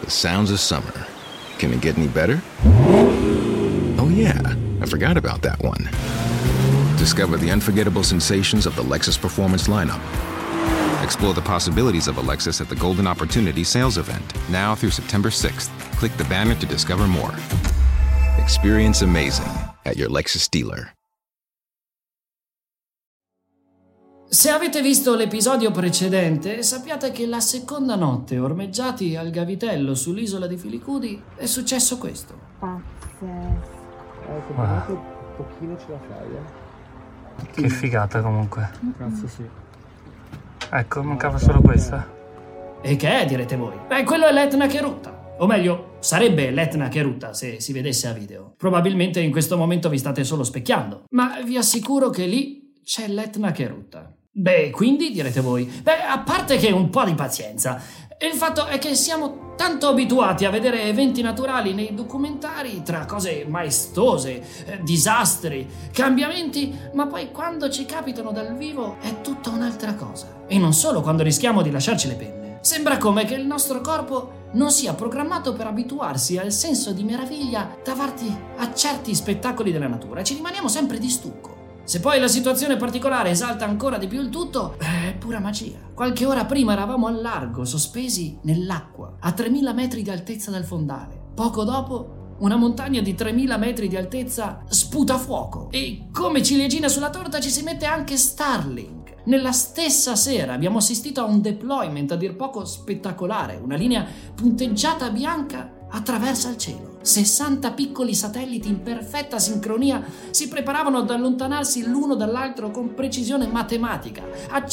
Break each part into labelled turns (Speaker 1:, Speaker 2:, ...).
Speaker 1: The sounds of summer. Can it get any better? Oh yeah, I forgot about that one. Discover the unforgettable sensations of the Lexus Performance lineup. Explore the possibilities of a Lexus at the Golden Opportunity Sales Event, now through September 6th. Click the banner to discover more. Experience amazing at your Lexus dealer.
Speaker 2: Se avete visto l'episodio precedente, sappiate che la seconda notte, ormeggiati al gavitello sull'isola di Filicudi, è successo questo.
Speaker 3: Secondo me un pochino ce la fai,
Speaker 4: Che figata comunque.
Speaker 3: Cazzo sì.
Speaker 4: Ecco, mancava solo questa.
Speaker 2: E che è, direte voi? Beh, quello è l'Etna che erutta. O meglio, sarebbe l'Etna che erutta se si vedesse a video. Probabilmente in questo momento vi state solo specchiando, ma vi assicuro che lì c'è l'Etna che erutta. Beh, quindi, direte voi, a parte che un po' di pazienza. Il fatto è che siamo tanto abituati a vedere eventi naturali nei documentari, tra cose maestose, disastri, cambiamenti, ma poi quando ci capitano dal vivo è tutta un'altra cosa. E non solo quando rischiamo di lasciarci le penne. Sembra come che il nostro corpo non sia programmato per abituarsi al senso di meraviglia davanti a certi spettacoli della natura. Ci rimaniamo sempre di stucco. Se poi la situazione particolare esalta ancora di più il tutto, è pura magia. Qualche ora prima eravamo al largo, sospesi nell'acqua, a 3.000 metri di altezza dal fondale. Poco dopo, una montagna di 3.000 metri di altezza sputa fuoco. E come ciliegina sulla torta ci si mette anche Starlink. Nella stessa sera abbiamo assistito a un deployment a dir poco spettacolare. Una linea punteggiata bianca attraversa il cielo. 60 piccoli satelliti in perfetta sincronia si preparavano ad allontanarsi l'uno dall'altro con precisione matematica, a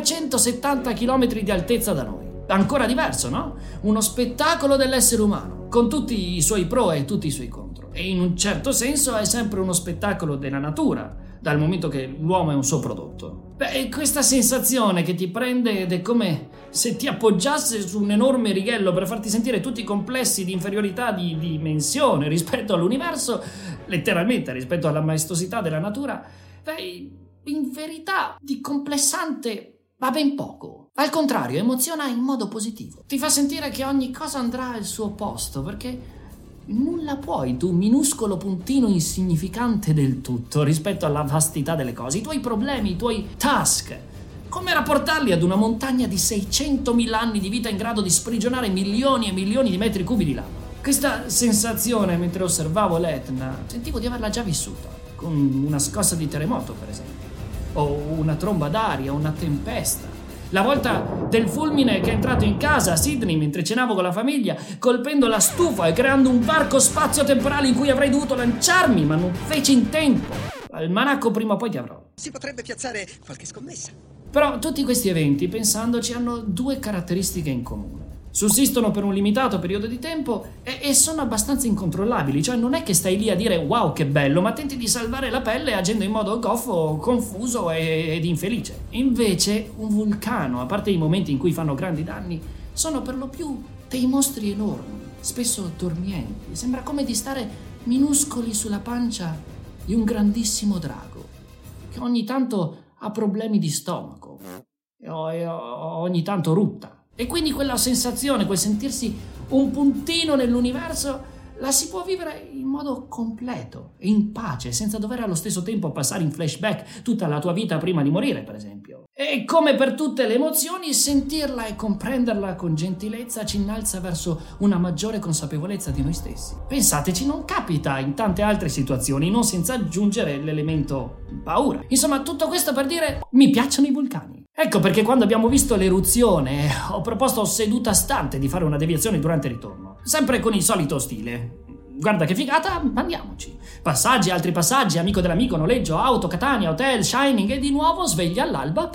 Speaker 2: 570 km di altezza da noi. Ancora diverso, no? Uno spettacolo dell'essere umano, con tutti i suoi pro e tutti i suoi contro. E in un certo senso è sempre uno spettacolo della natura, dal momento che l'uomo è un suo prodotto. Beh, questa sensazione che ti prende ed è come se ti appoggiasse su un enorme righello per farti sentire tutti i complessi di inferiorità di dimensione rispetto all'universo, letteralmente rispetto alla maestosità della natura, beh, in verità di complessante va ben poco. Al contrario, emoziona in modo positivo. Ti fa sentire che ogni cosa andrà al suo posto, perché nulla puoi tu, minuscolo puntino insignificante del tutto rispetto alla vastità delle cose, i tuoi problemi, i tuoi task. Come rapportarli ad una montagna di 600.000 anni di vita in grado di sprigionare milioni e milioni di metri cubi di lava? Questa sensazione, mentre osservavo l'Etna, sentivo di averla già vissuta, con una scossa di terremoto, per esempio, o una tromba d'aria, una tempesta. La volta del fulmine che è entrato in casa a Sydney mentre cenavo con la famiglia, colpendo la stufa e creando un varco spazio-temporale in cui avrei dovuto lanciarmi, ma non feci in tempo. Al manacco prima o poi ti avrò.
Speaker 5: Si potrebbe piazzare qualche scommessa.
Speaker 2: Però tutti questi eventi, pensandoci, hanno due caratteristiche in comune. Sussistono per un limitato periodo di tempo e sono abbastanza incontrollabili, cioè non è che stai lì a dire wow che bello, ma tenti di salvare la pelle agendo in modo goffo, confuso ed infelice. Invece un vulcano, a parte i momenti in cui fanno grandi danni, sono per lo più dei mostri enormi, spesso dormienti. Sembra come di stare minuscoli sulla pancia di un grandissimo drago, che ogni tanto ha problemi di stomaco e ogni tanto rutta. E quindi quella sensazione, quel sentirsi un puntino nell'universo, la si può vivere in modo completo e in pace, senza dover allo stesso tempo passare in flashback tutta la tua vita prima di morire, per esempio. E come per tutte le emozioni, sentirla e comprenderla con gentilezza ci innalza verso una maggiore consapevolezza di noi stessi. Pensateci, non capita in tante altre situazioni, non senza aggiungere l'elemento paura. Insomma, tutto questo per dire, mi piacciono i vulcani. Ecco perché quando abbiamo visto l'eruzione ho proposto seduta stante di fare una deviazione durante il ritorno, sempre con il solito stile. Guarda che figata, andiamoci. Passaggi, altri passaggi, amico dell'amico, noleggio, auto, Catania, hotel, Shining e di nuovo sveglia all'alba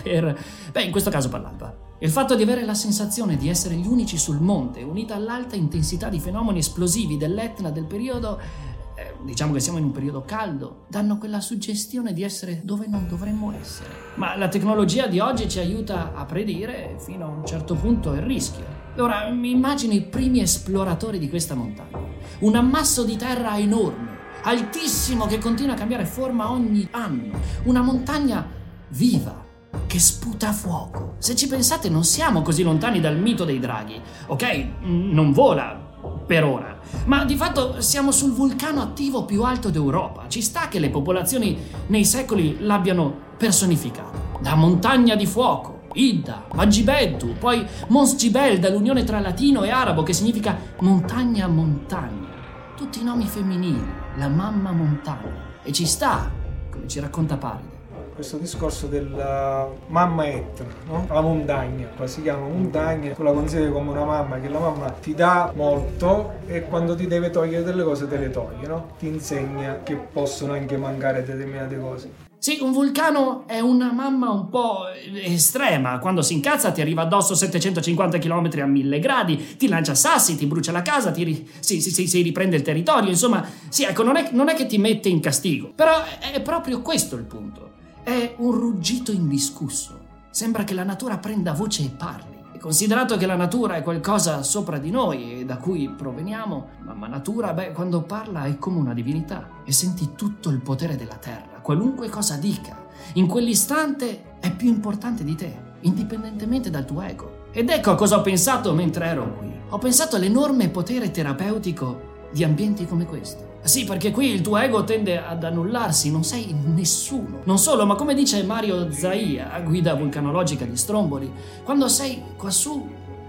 Speaker 2: in questo caso per l'alba. Il fatto di avere la sensazione di essere gli unici sul monte, unita all'alta intensità di fenomeni esplosivi dell'Etna del periodo, diciamo che siamo in un periodo caldo, danno quella suggestione di essere dove non dovremmo essere. Ma la tecnologia di oggi ci aiuta a predire fino a un certo punto il rischio. Ora mi immagino i primi esploratori di questa montagna, un ammasso di terra enorme, altissimo, che continua a cambiare forma ogni anno, una montagna viva che sputa fuoco. Se ci pensate non siamo così lontani dal mito dei draghi. Ok, non vola, per ora. Ma di fatto siamo sul vulcano attivo più alto d'Europa. Ci sta che le popolazioni nei secoli l'abbiano personificato. Da montagna di fuoco, Idda, Magibeddu, poi Mons Jibel dall'unione tra latino e arabo che significa montagna montagna. Tutti nomi femminili, la mamma montagna. E ci sta, come ci racconta Paride.
Speaker 3: Questo discorso della mamma Etna, no? La montagna, qua si chiama montagna, tu la consideri come una mamma, che la mamma ti dà molto e quando ti deve togliere delle cose te le toglie, no? Ti insegna che possono anche mancare determinate cose.
Speaker 2: Sì, un vulcano è una mamma un po' estrema. Quando si incazza ti arriva addosso 750 km a 1000 gradi, ti lancia sassi, ti brucia la casa, si riprende il territorio. Insomma, sì, ecco, non è che ti mette in castigo. Però è proprio questo il punto. È un ruggito indiscusso. Sembra che la natura prenda voce e parli. E considerato che la natura è qualcosa sopra di noi e da cui proveniamo, mamma natura, quando parla è come una divinità e senti tutto il potere della terra, qualunque cosa dica. In quell'istante è più importante di te, indipendentemente dal tuo ego. Ed ecco a cosa ho pensato mentre ero qui. Ho pensato all'enorme potere terapeutico di ambienti come questo. Sì, perché qui il tuo ego tende ad annullarsi, non sei nessuno. Non solo, ma come dice Mario Zaia, guida vulcanologica di Stromboli, quando sei quassù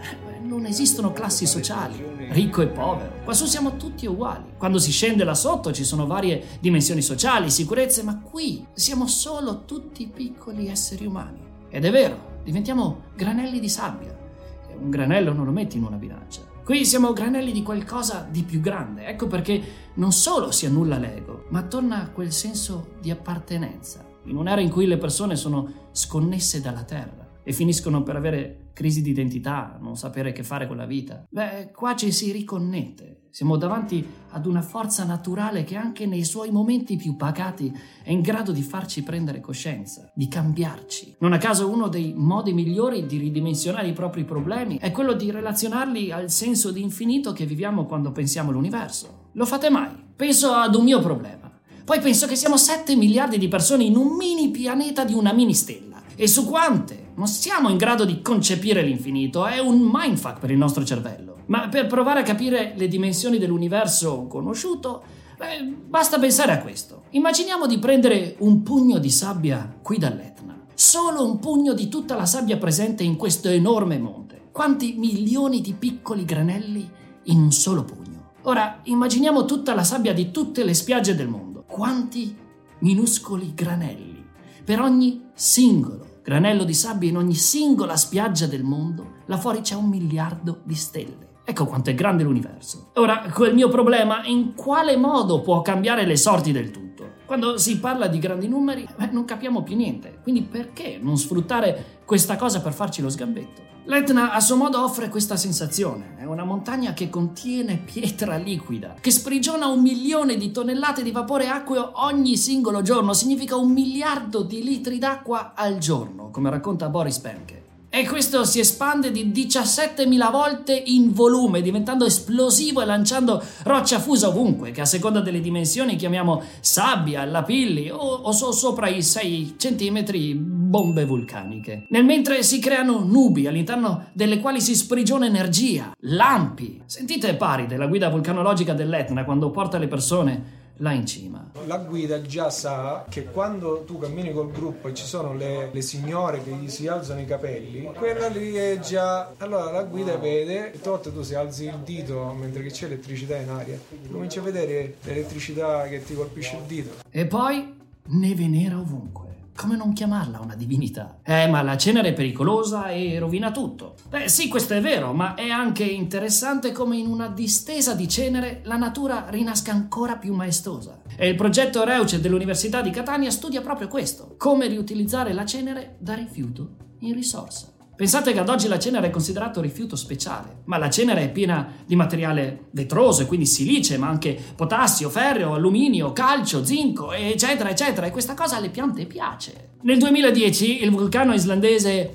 Speaker 2: non esistono classi sociali, ricco e povero. Quassù siamo tutti uguali. Quando si scende là sotto ci sono varie dimensioni sociali, sicurezze, ma qui siamo solo tutti piccoli esseri umani. Ed è vero, diventiamo granelli di sabbia. E un granello non lo metti in una bilancia. Qui siamo granelli di qualcosa di più grande, ecco perché non solo si annulla l'ego, ma torna quel senso di appartenenza, in un'era in cui le persone sono sconnesse dalla terra e finiscono per avere crisi di identità, non sapere che fare con la vita. Qua ci si riconnette, siamo davanti ad una forza naturale che anche nei suoi momenti più pacati è in grado di farci prendere coscienza, di cambiarci. Non a caso uno dei modi migliori di ridimensionare i propri problemi è quello di relazionarli al senso di infinito che viviamo quando pensiamo all'universo. Lo fate mai? Penso ad un mio problema. Poi penso che siamo 7 miliardi di persone in un mini pianeta di una mini stella. E su quante non siamo in grado di concepire l'infinito, è un mindfuck per il nostro cervello. Ma per provare a capire le dimensioni dell'universo conosciuto, basta pensare a questo. Immaginiamo di prendere un pugno di sabbia qui dall'Etna. Solo un pugno di tutta la sabbia presente in questo enorme monte. Quanti milioni di piccoli granelli in un solo pugno. Ora, immaginiamo tutta la sabbia di tutte le spiagge del mondo. Quanti minuscoli granelli. Per ogni singolo granello di sabbia in ogni singola spiaggia del mondo, là fuori c'è 1 miliardo di stelle. Ecco quanto è grande l'universo. Ora, quel mio problema, in quale modo può cambiare le sorti del tutto? Quando si parla di grandi numeri, non capiamo più niente. Quindi perché non sfruttare questa cosa per farci lo sgambetto? L'Etna a suo modo offre questa sensazione. È una montagna che contiene pietra liquida, che sprigiona 1 milione di tonnellate di vapore acqueo ogni singolo giorno. Significa 1 miliardo di litri d'acqua al giorno, come racconta Boris Penke. E questo si espande di 17.000 volte in volume, diventando esplosivo e lanciando roccia fusa ovunque, che a seconda delle dimensioni chiamiamo sabbia, lapilli o sopra i 6 centimetri bombe vulcaniche. Nel mentre si creano nubi all'interno delle quali si sprigiona energia, lampi. Sentite Paride, la guida vulcanologica dell'Etna, quando porta le persone là in cima.
Speaker 3: La guida già sa che quando tu cammini col gruppo e ci sono le signore che gli si alzano i capelli, quella lì è già... Allora la guida vede, torto tu se alzi il dito mentre che c'è elettricità in aria, cominci a vedere l'elettricità che ti colpisce il dito.
Speaker 2: E poi neve nera ovunque. Come non chiamarla una divinità? Ma la cenere è pericolosa e rovina tutto. Sì, questo è vero, ma è anche interessante come in una distesa di cenere la natura rinasca ancora più maestosa. E il progetto Reuced dell'Università di Catania studia proprio questo: come riutilizzare la cenere da rifiuto in risorsa. Pensate che ad oggi la cenere è considerato rifiuto speciale, ma la cenere è piena di materiale vetroso e quindi silice, ma anche potassio, ferro, alluminio, calcio, zinco, eccetera, eccetera, e questa cosa alle piante piace. Nel 2010 il vulcano islandese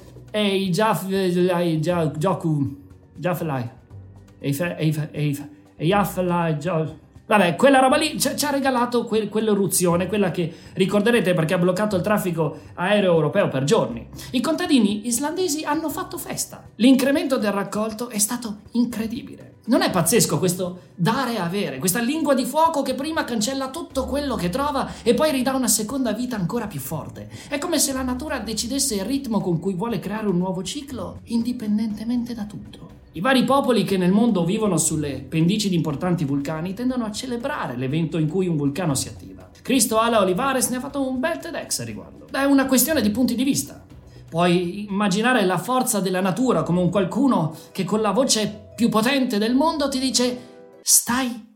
Speaker 2: Eyjafjallajökull, vabbè, quella roba lì ci ha regalato quell'eruzione, quella che ricorderete perché ha bloccato il traffico aereo europeo per giorni. I contadini islandesi hanno fatto festa. L'incremento del raccolto è stato incredibile. Non è pazzesco questo dare e avere, questa lingua di fuoco che prima cancella tutto quello che trova e poi ridà una seconda vita ancora più forte? È come se la natura decidesse il ritmo con cui vuole creare un nuovo ciclo, indipendentemente da tutto. I vari popoli che nel mondo vivono sulle pendici di importanti vulcani tendono a celebrare l'evento in cui un vulcano si attiva. Cristo Ala Olivares ne ha fatto un bel TEDx a riguardo. È una questione di punti di vista. Puoi immaginare la forza della natura come un qualcuno che con la voce più potente del mondo ti dice stai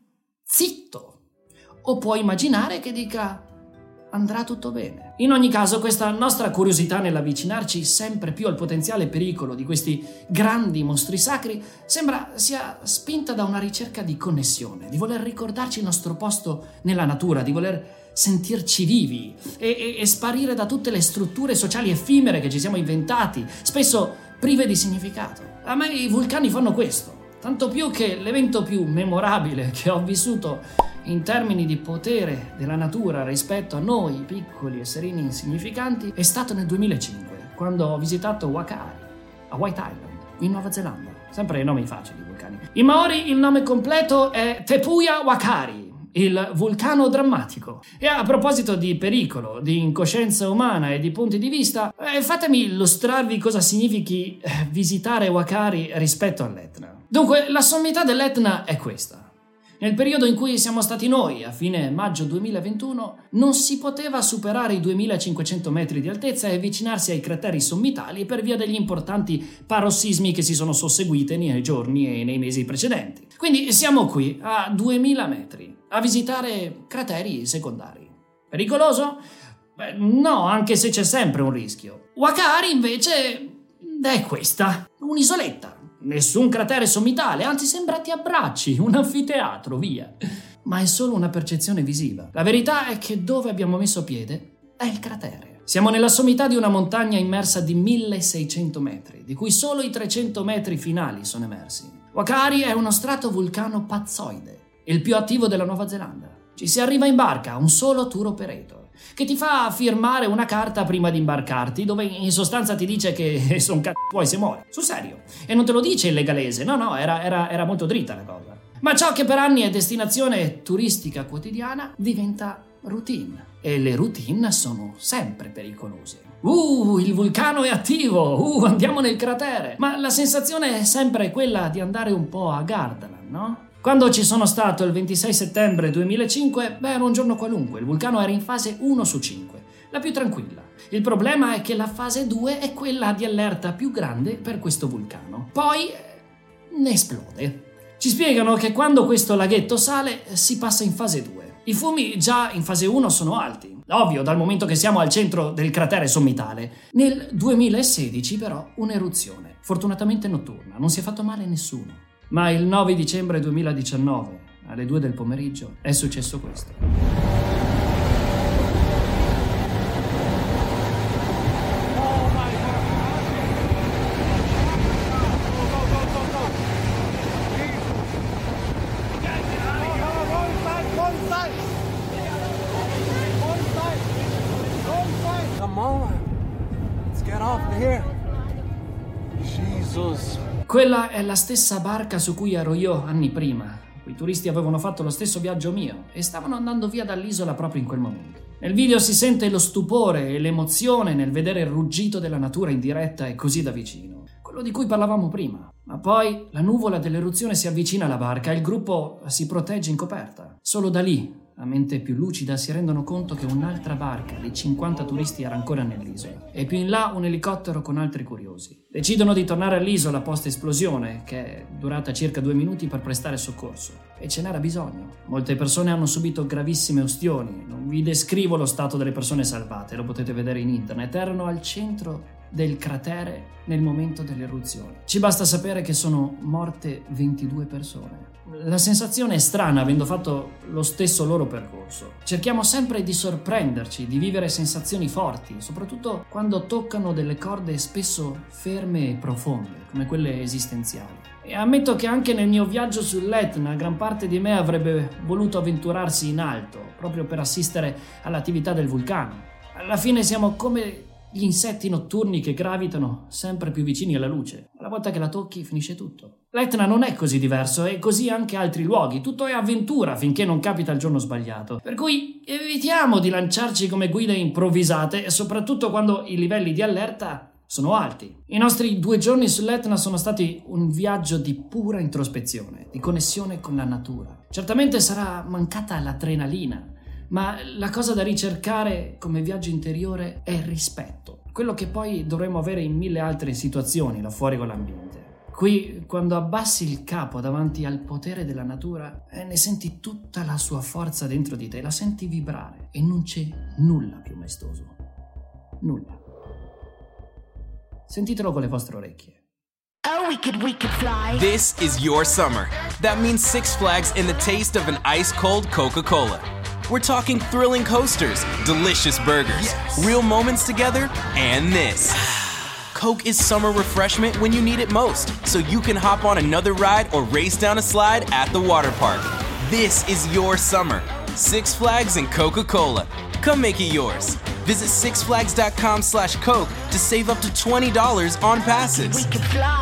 Speaker 2: zitto, o puoi immaginare che dica andrà tutto bene. In ogni caso, questa nostra curiosità nell'avvicinarci sempre più al potenziale pericolo di questi grandi mostri sacri sembra sia spinta da una ricerca di connessione, di voler ricordarci il nostro posto nella natura, di voler sentirci vivi e sparire da tutte le strutture sociali effimere che ci siamo inventati, spesso prive di significato. A me i vulcani fanno questo, tanto più che l'evento più memorabile che ho vissuto in termini di potere della natura rispetto a noi piccoli esserini insignificanti è stato nel 2005, quando ho visitato Wakari, a White Island, in Nuova Zelanda. Sempre nomi facili, vulcani. In Maori il nome completo è Te Puia Wakari, il vulcano drammatico. E a proposito di pericolo, di incoscienza umana e di punti di vista, fatemi illustrarvi cosa significhi visitare Wakari rispetto all'Etna. Dunque, la sommità dell'Etna è questa. Nel periodo in cui siamo stati noi, a fine maggio 2021, non si poteva superare i 2500 metri di altezza e avvicinarsi ai crateri sommitali per via degli importanti parossismi che si sono susseguiti nei giorni e nei mesi precedenti. Quindi siamo qui, a 2000 metri, a visitare crateri secondari. Pericoloso? Beh, no, anche se c'è sempre un rischio. Wakari, invece, è questa, un'isoletta. Nessun cratere sommitale, anzi sembra ti abbracci, un anfiteatro, via. Ma è solo una percezione visiva. La verità è che dove abbiamo messo piede è il cratere. Siamo nella sommità di una montagna immersa di 1600 metri, di cui solo i 300 metri finali sono emersi. Wakari è uno stratovulcano pazzoide, il più attivo della Nuova Zelanda. Ci si arriva in barca, un solo tour operator, che ti fa firmare una carta prima di imbarcarti, dove in sostanza ti dice che son tuoi se muori. Sul serio. E non te lo dice il legalese, no, era molto dritta la cosa. Ma ciò che per anni è destinazione turistica quotidiana diventa routine. E le routine sono sempre pericolose. Il vulcano è attivo, andiamo nel cratere. Ma la sensazione è sempre quella di andare un po' a Gardaland, no? Quando ci sono stato il 26 settembre 2005, era un giorno qualunque, il vulcano era in fase 1 su 5, la più tranquilla. Il problema è che la fase 2 è quella di allerta più grande per questo vulcano. Poi ne esplode. Ci spiegano che quando questo laghetto sale si passa in fase 2. I fumi già in fase 1 sono alti, ovvio dal momento che siamo al centro del cratere sommitale. Nel 2016 però un'eruzione, fortunatamente notturna, non si è fatto male a nessuno. Ma il 9 dicembre 2019, alle 2 del pomeriggio, è successo questo.
Speaker 3: Come on, let's get off here. Jesus.
Speaker 2: Quella è la stessa barca su cui ero io anni prima. Quei turisti avevano fatto lo stesso viaggio mio e stavano andando via dall'isola proprio in quel momento. Nel video si sente lo stupore e l'emozione nel vedere il ruggito della natura in diretta e così da vicino. Quello di cui parlavamo prima. Ma poi la nuvola dell'eruzione si avvicina alla barca e il gruppo si protegge in coperta. Solo da lì, a mente più lucida, si rendono conto che un'altra barca di 50 turisti era ancora nell'isola. E più in là un elicottero con altri curiosi. Decidono di tornare all'isola post-esplosione, che è durata circa 2 minuti, per prestare soccorso. E ce n'era bisogno. Molte persone hanno subito gravissime ustioni. Non vi descrivo lo stato delle persone salvate, lo potete vedere in internet. Erano al centro del cratere nel momento dell'eruzione. Ci basta sapere che sono morte 22 persone. La sensazione è strana, avendo fatto lo stesso loro percorso. Cerchiamo sempre di sorprenderci, di vivere sensazioni forti, soprattutto quando toccano delle corde spesso ferme e profonde, come quelle esistenziali. E ammetto che anche nel mio viaggio sull'Etna, gran parte di me avrebbe voluto avventurarsi in alto, proprio per assistere all'attività del vulcano. Alla fine siamo come gli insetti notturni che gravitano sempre più vicini alla luce. La Una volta che la tocchi finisce tutto. L'Etna non è così diverso e così anche altri luoghi. Tutto è avventura finché non capita il giorno sbagliato. Per cui evitiamo di lanciarci come guide improvvisate e soprattutto quando i livelli di allerta sono alti. I nostri 2 giorni sull'Etna sono stati un viaggio di pura introspezione, di connessione con la natura. Certamente sarà mancata l'adrenalina, ma la cosa da ricercare come viaggio interiore è il rispetto, quello che poi dovremo avere in 1000 altre situazioni là fuori con l'ambiente. Qui, quando abbassi il capo davanti al potere della natura, ne senti tutta la sua forza dentro di te, la senti vibrare e non c'è nulla più maestoso. Nulla. Sentitelo con le vostre orecchie.
Speaker 6: Oh, we could fly.
Speaker 7: This is your summer. That means Six Flags and the taste of an ice-cold Coca-Cola. We're talking thrilling coasters, delicious burgers, real moments together, and this. Coke is summer refreshment when you need it most, so you can hop on another ride or race down a slide at the water park. This is your summer. Six Flags and Coca-Cola. Come make it yours. Visit sixflags.com/Coke to save up to $20 on passes.
Speaker 6: We could fly.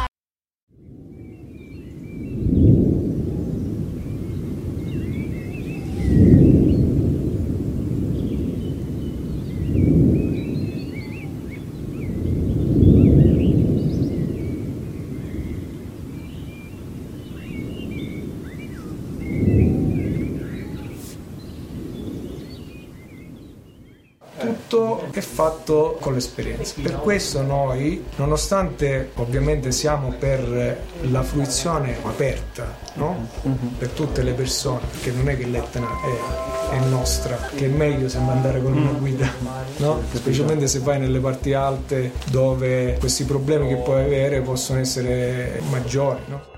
Speaker 3: Tutto è fatto con l'esperienza. Per questo noi, nonostante ovviamente siamo per la fruizione aperta, no? Per tutte le persone, perché non è che l'Etna è nostra, che è meglio sembra andare con una guida, no? Specialmente se vai nelle parti alte dove questi problemi che puoi avere possono essere maggiori, no?